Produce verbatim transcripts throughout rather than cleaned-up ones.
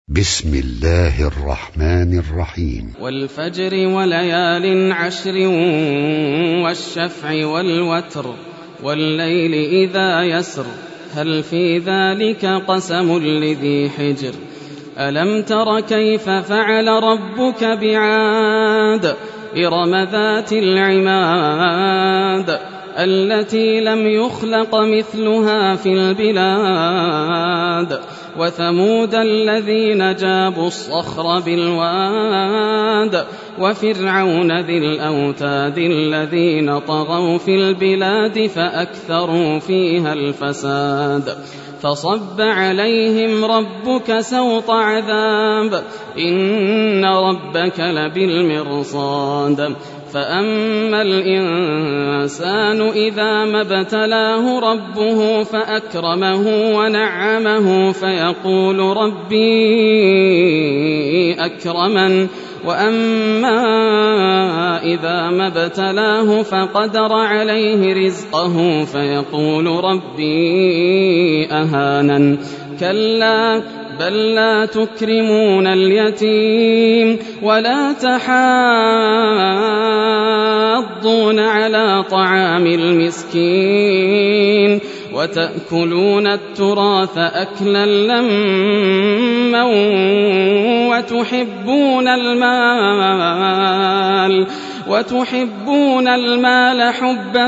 بسم الله الرحمن الرحيم. والفجر وليال عشر والشفع والوتر والليل إذا يسر هل في ذلك قسم لذي حجر ألم تر كيف فعل ربك بعاد إرم ذات العماد التي لم يخلق مثلها في البلاد وثمود الذين جابوا الصخر بالواد وفرعون ذي الأوتاد الذين طغوا في البلاد فأكثروا فيها الفساد فصب عليهم ربك سوط عذاب إن ربك لبالمرصاد فأما الإنسان إذا ما ابتلاه ربه فأكرمه ونعمه فيقول ربي أكرمن وأما إذا ما ابتلاه فقدر عليه رزقه فيقول ربي أهانن كلا بل لا تكرمون اليتيم ولا تحاضون على طعام المسكين وتأكلون التراث أكلا لما وتحبون المال وتحبون المال حبا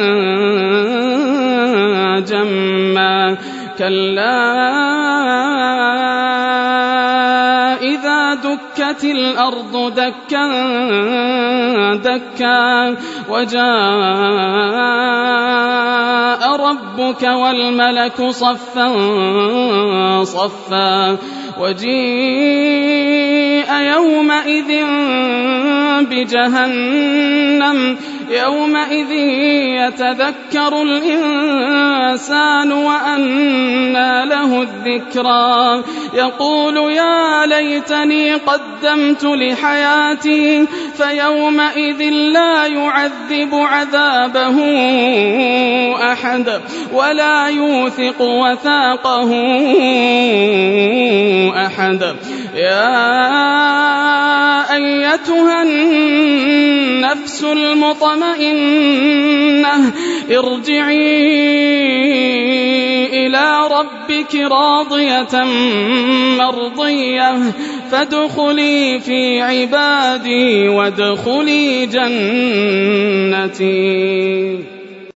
جما كلا إذا دكت الأرض دكا دكا وجاء ربك والملك صفا صفا وجيء يومئذ بجهنم يومئذ يتذكر الإنسان وأنى له الذكرى يقول يا ليتني قدمت لحياتي فيومئذ لا يعذب عذابه أحد ولا يوثق وثاقه أحد يا أيتها النفس المطمئنة ارجعي إلى ربك راضية مرضية فادخلي في عبادي وادخلي جنتي.